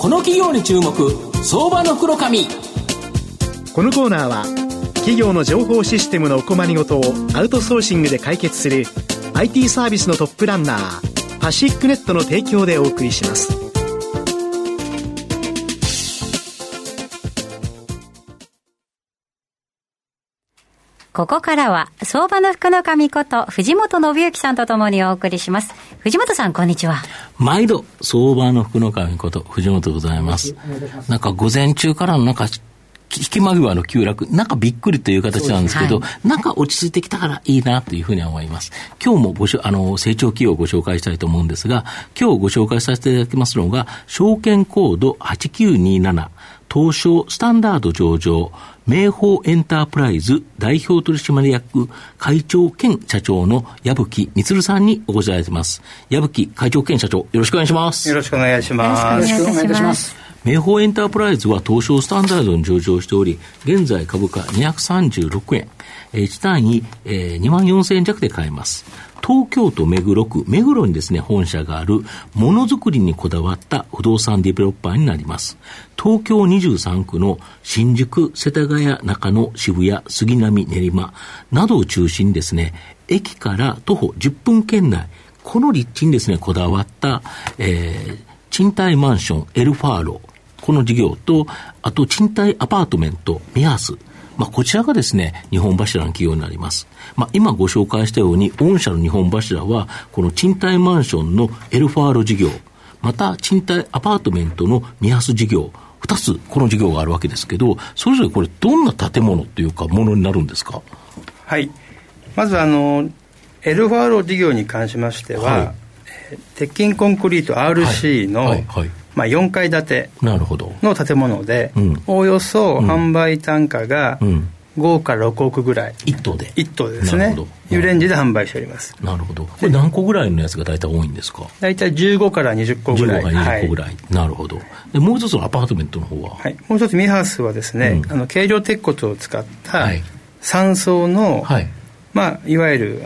この企業に注目、相場の袋紙。 このコーナーは企業の情報システムのお困りごとをアウトソーシングで解決する IT サービスのトップランナーパシックネットの提供でお送りします。 ここからは相場の福の神こと藤本信之さんとともにお送りします。藤本さん、こんにちは。 毎度相場の福の神こと藤本でございます。なんか午前中からの引き間際の急落、なんかびっくりという形なんですけど、なんか落ち着いてきたからいいなというふうに思います。今日も成長企業をご紹介したいと思うんですが、今日ご紹介させていただきますのが、証券コード8927、東証スタンダード上場、明豊エンタープライズ代表取締役会長兼社長の矢吹充さんにお越しいただいています。矢吹会長兼社長、よろしくお願いします。 よろしくお願いします。 よろしくお願いいたします。 明豊エンタープライズは東証スタンダードに上場しており、現在株価236円、1単位、24,000円弱で買えます。東京都目黒区、目黒にですね、本社があるものづくりにこだわった不動産ディベロッパーになります。東京23区の新宿、世田谷、中野、渋谷、杉並、練馬などを中心にですね、駅から徒歩10分圏内、この立地にですね、こだわった、賃貸マンションエルファーロ、この事業と、あと賃貸アパートメントミハス、こちらがですね、日本柱の企業になります。今ご紹介したように、御社の日本柱は、この賃貸マンションのエルファーロ事業、また賃貸アパートメントのミハス事業、2つこの事業があるわけですけど、それぞれこれどんな建物というかものになるんですか？ はい。まずエルファーロ事業に関しましては、鉄筋コンクリート RC の、4階建ての建物で、おおよそ販売単価が5から6億ぐらい、 1棟でですね、いうレンジで販売しております。 なるほど。これ何個ぐらいのやつが大体多いんですか？ 大体15から20個ぐらい。 15から20個ぐらい、なるほど。でもう一つのアパートメントの方は、 もう一つミハスはですね、軽量鉄骨を使った3層の、いわゆる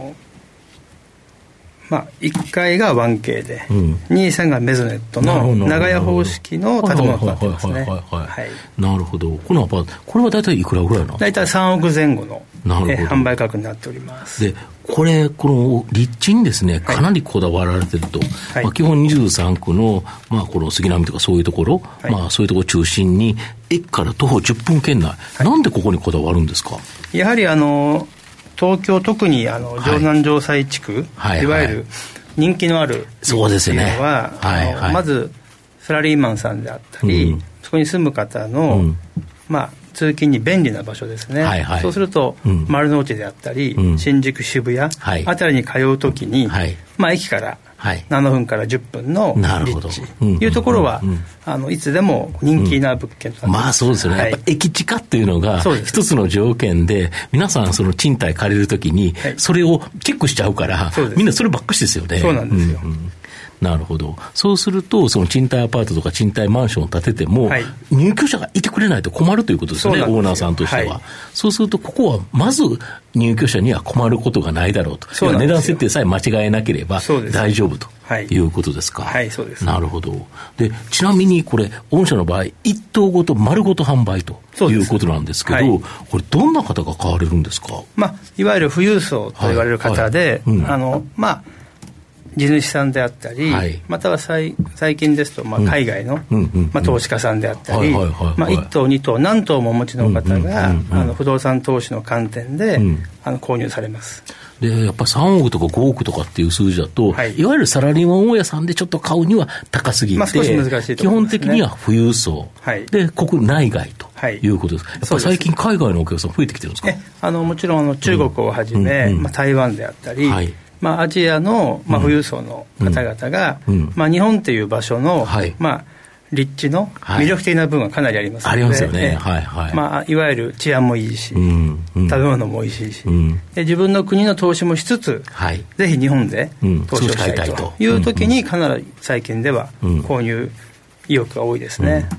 1階が 1K で、2、3がメゾネットの長屋方式の建物となってますね。 なるほど。このアパート、これは大体いくらぐらいなの？ 大体3億前後の販売価格になっております。 で、この立地にですね、かなりこだわられてると、基本23区の、この杉並とかそういうところ、そういうところを中心に、駅から徒歩10分圏内、なんでここにこだわるんですか？ やはり東京、特に城南城西地区、いわゆる人気のあるそうですね、 まずサラリーマンさんであったり、そこに住む方の、通勤に便利な場所ですね。そうすると、丸の内であったり、新宿、渋谷あたりに通うときに、駅から7分から10分の立地というところは、いつでも人気な物件となっています。 そうですよね。やっぱ駅近っていうのが一つの条件で、皆さんその賃貸借りるときにそれをチェックしちゃうから、みんなそればっかしですよね。 そうなんですよ。 なるほど。そうすると、その賃貸アパートとか賃貸マンションを建てても、入居者がいてくれないと困るということですよね、オーナーさんとしては。そうすると、ここはまず入居者には困ることがないだろうと。値段設定さえ間違えなければ大丈夫ということですか。 そうです。 なるほど。で、ちなみにこれ、御社の場合、一棟ごと丸ごと販売ということなんですけど、これどんな方が買われるんですか？ いわゆる富裕層と言われる方で、地主さんであったり、または最近ですと、海外の、投資家さんであったり、1棟2棟何棟もお持ちの方が、不動産投資の観点で、購入されます。 で、やっぱり3億とか5億とかっていう数字だと、いわゆるサラリーマン大家さんでちょっと買うには高すぎて、 少し難しいと思いますね。 基本的には富裕層、で国内外ということです。やっぱり最近海外のお客さん増えてきてるんですか？ もちろん中国をはじめ、台湾であったり、アジアの、富裕層の方々が、日本という場所の、立地の魅力的な部分はかなりありますので、 ありますよね。 いわゆる治安もいいし、食べ物もおいしいし、で自分の国の投資もしつつ、ぜひ日本で投資をしたいという時に、必ず最近では購入意欲が多いですね。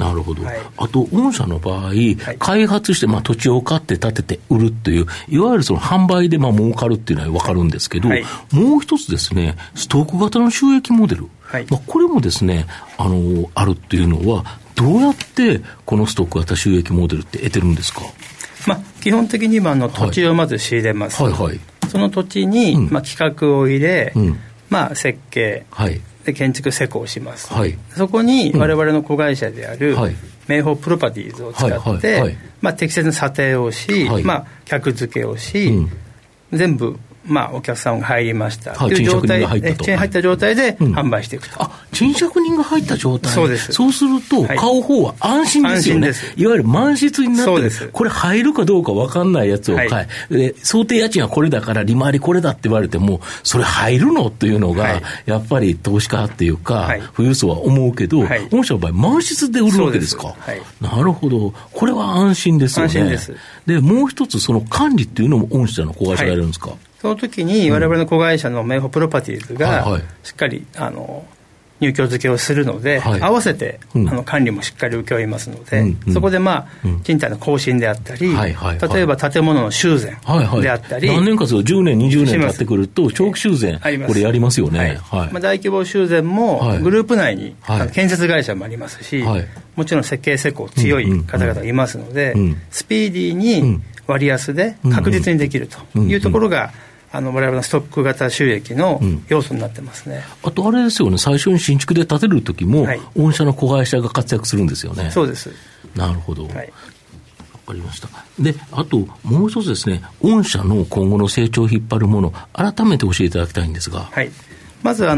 なるほど、あと御社の場合、開発して、土地を買って建てて売るっていういわゆるその販売で儲かるっていうのは分かるんですけど、もう一つですね、ストック型の収益モデル、これもですねあるっていうのはどうやってこのストック型収益モデルって得てるんですか？ 基本的には土地をまず仕入れます、その土地に、企画を入れ、設計、で建築施工をします、そこに我々の子会社である、名宝プロパティーズを使って、適切な査定をし、客付けをし、全部お客さんが入りましたという状態で、チェーン入った状態で販売していくと。 賃借人が入った状態。 そうです。 そうすると、買う方は安心ですよね。いわゆる満室になってる、これ入るかどうか分かんないやつを買え、想定家賃はこれだから利回りこれだって言われても、それ入るのっていうのが、やっぱり投資家っていうか、富裕層は思うけど、御社の場合満室で売るわけですか。なるほど。これは安心ですよね。安心です。で、もう一つその管理っていうのも御社の子会社がやるんですか？ その時に我々の子会社の名宝プロパティーズがしっかり入居付けをするので、合わせて管理もしっかり請け負いますので、そこで賃貸の更新であったり、例えば建物の修繕であったり、 何年かすると10年20年経ってくると長期修繕これやりますよね。 大規模修繕もグループ内に建設会社もありますし、もちろん設計施工強い方々がいますので、スピーディーに割安で確実にできるというところが我々のストック型収益の要素になってますね。 あとあれですよね、最初に新築で建てる時も、御社の子会社が活躍するんですよね。 そうです。 なるほど、わかりました。で、あともう一つですね、御社の今後の成長を引っ張るもの、改めて教えていただきたいんですが、 まず我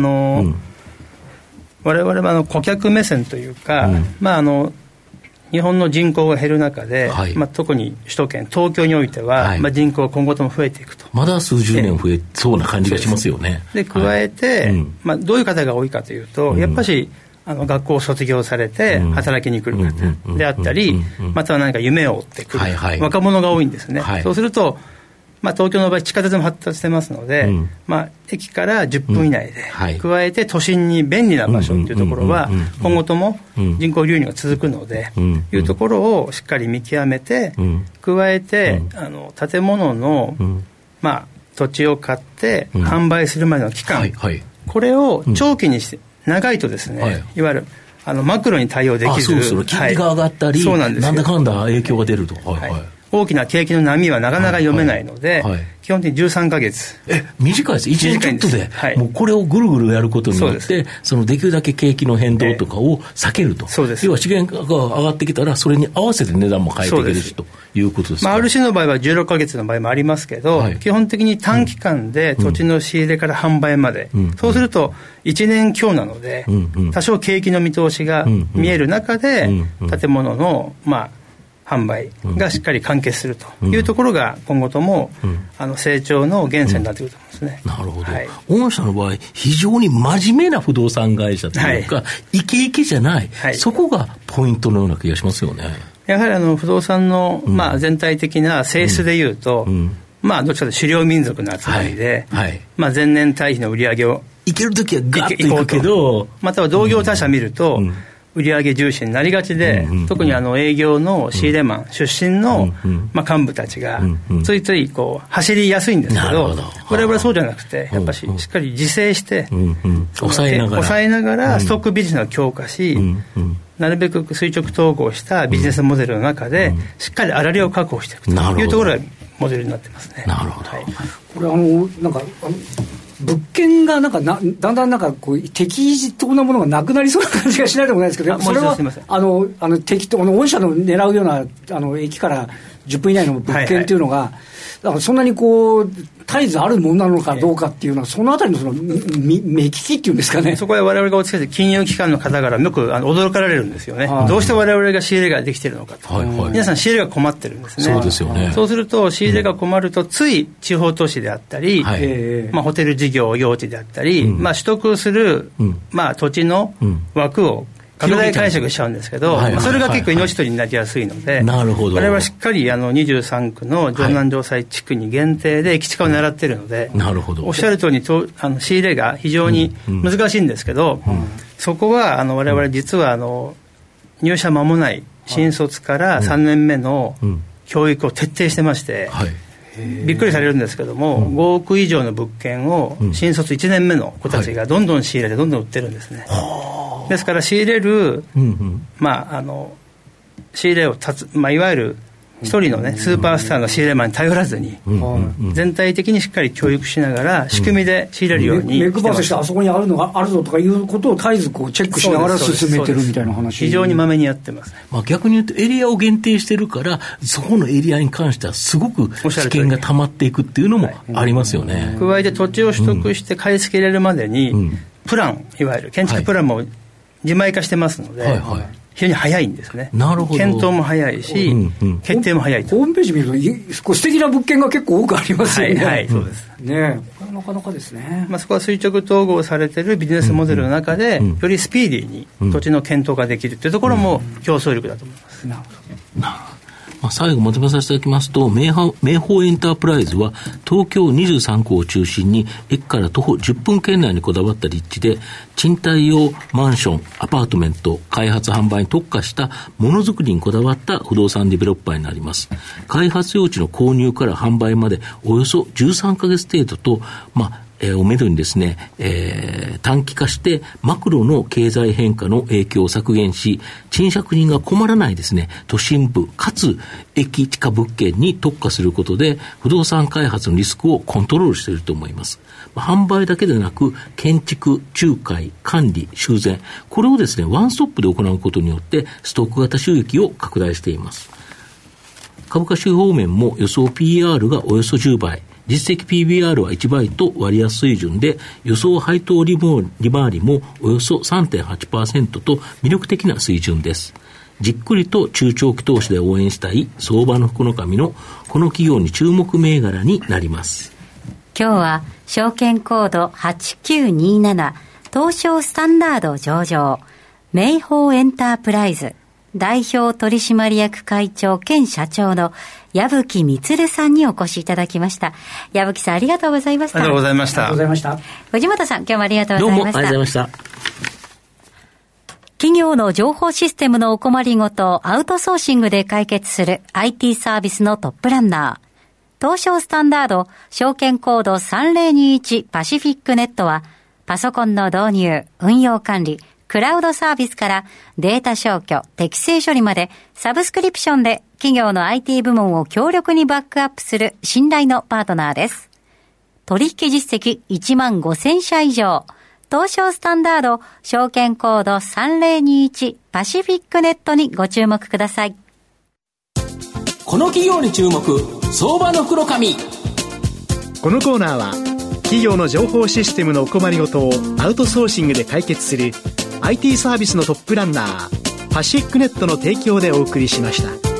々は顧客目線というか、日本の人口が減る中で、特に首都圏東京においては、人口が今後とも増えていくと。 まだ数十年増えそうな感じがしますよね。 で加えて、どういう方が多いかというと、やっぱり学校を卒業されて働きに来る方であったり、または何か夢を追ってくる若者が多いんですね。そうすると東京の場合地下鉄も発達してますので、駅から10分以内で、加えて都心に便利な場所というところは今後とも人口流入が続くので、いうところをしっかり見極めて、加えて建物の土地を買って販売するまでの期間、これを長期にして長いとですね、いわゆるマクロに対応できず、 金利が上がったり、なんだかんだ影響が出ると。 大きな景気の波はなかなか読めないので、基本的に13ヶ月。 短いです。1年ちょっとで、もうこれをぐるぐるやることによって、そのできるだけ景気の変動とかを避けると。要は資源が上がってきたら、それに合わせて値段も変えていけるしということですか。 RC の場合は16ヶ月の場合もありますけど、基本的に短期間で土地の仕入れから販売まで、そうすると1年強なので、多少景気の見通しが見える中で、建物の販売がしっかり完結するというところが今後とも成長の源泉になってくると思いますね。 なるほど。御社の場合非常に真面目な不動産会社というか、イケイケじゃない、そこがポイントのような気がしますよね。 やはり不動産の全体的な性質でいうと、どっちかというと狩猟民族の集まりで、前年対比の売り上げをいけるときはガッといくけど、 または同業他社見ると、売上重視になりがちで、特に営業の仕入れマン出身の幹部たちがついつい走りやすいんですけど、我々はそうじゃなくて、やっぱりしっかり自制して抑えながらストックビジネスを強化し、なるべく垂直統合したビジネスモデルの中でしっかり粗利を確保していくというところがモデルになってますね。 なるほど。 これなんか物件がだんだん適当なものがなくなりそうな感じがしないでもないですけど、それは適当御社の狙うような駅から10分以内の物件っていうのが、そんなに絶えずあるものなのかどうかっていうのは、そのあたりの目利きっていうんですかね。 そこは我々がお付き合いして金融機関の方からよく驚かれるんですよね。どうして我々が仕入れができているのかと、皆さん仕入れが困ってるんですね。 そうですよね。 そうすると仕入れが困るとつい地方都市であったり、ホテル事業用地であったり、取得する、土地の枠を拡大解釈しちゃうんですけど、それが結構命取りになりやすいので、我々はしっかり23区の城南城西地区に限定で駅地下を狙っているので、おっしゃる通りに仕入れが非常に難しいんですけど、そこは我々実は入社間もない新卒から3年目の教育を徹底してまして、びっくりされるんですけども、5億以上の物件を新卒1年目の子たちがどんどん仕入れてどんどん売ってるんですね。ですから仕入れる、仕入れをいわゆる一人のねスーパースターの仕入れマンに頼らずに、全体的にしっかり教育しながら仕組みで仕入れるように目配せして、あそこにあるのがあるぞとかいうことを絶えずこうチェックしながら進めてるみたいな話。 非常にまめにやってます、 逆に言うとエリアを限定してるから、そこのエリアに関してはすごく知見が溜まっていくっていうのもありますよね。 加えて土地を取得して買い付けれるまでに、プラン、いわゆる建築プランも自前化してますので、非常に早いんですね。 なるほど。 検討も早いし、決定も早いと。 ホームページ見ると素敵な物件が結構多くありますよね。 そうですね。これなかなかですね。 そこは垂直統合されているビジネスモデルの中で、よりスピーディーに土地の検討ができるというところも競争力だと思います。 なるほど。 最後まとめさせていただきますと、明豊エンタープライズは東京23区を中心に駅から徒歩10分圏内にこだわった立地で、賃貸用マンション、アパートメント開発販売に特化したものづくりにこだわった不動産ディベロッパーになります。開発用地の購入から販売までおよそ13ヶ月程度と、をめどにですね、短期化してマクロの経済変化の影響を削減し、賃借人が困らないですね、都心部かつ駅地下物件に特化することで不動産開発のリスクをコントロールしていると思います。販売だけでなく建築、仲介、管理、修繕、これをですねワンストップで行うことによってストック型収益を拡大しています。株価指標面も予想 PR がおよそ10倍、実績 PBR は1倍と割安水準で、予想配当利回りもおよそ 3.8% と魅力的な水準です。じっくりと中長期投資で応援したい相場の福の神のこの企業に注目銘柄になります。 今日は証券コード8927東証スタンダード上場明豊エンタープライズ代表取締役会長兼社長の矢吹充さんにお越しいただきました。矢吹さん、ありがとうございました。 ありがとうございました。 ありがとうございました。 藤本さん、今日もありがとうございました。 どうもありがとうございました。 企業の情報システムのお困りごとをアウトソーシングで解決する IT サービスのトップランナー。東証スタンダード証券コード3021パシフィックネットは、パソコンの導入、運用管理、クラウドサービスからデータ消去、適正処理までサブスクリプションで企業の IT 部門を強力にバックアップする信頼のパートナーです。取引実績15,000社以上。東証スタンダード証券コード3021パシフィックネットにご注目ください。 この企業に注目、相場の福の神。 このコーナーは企業の情報システムのお困りごとをアウトソーシングで解決する IT サービスのトップランナーパシフィックネットの提供でお送りしました。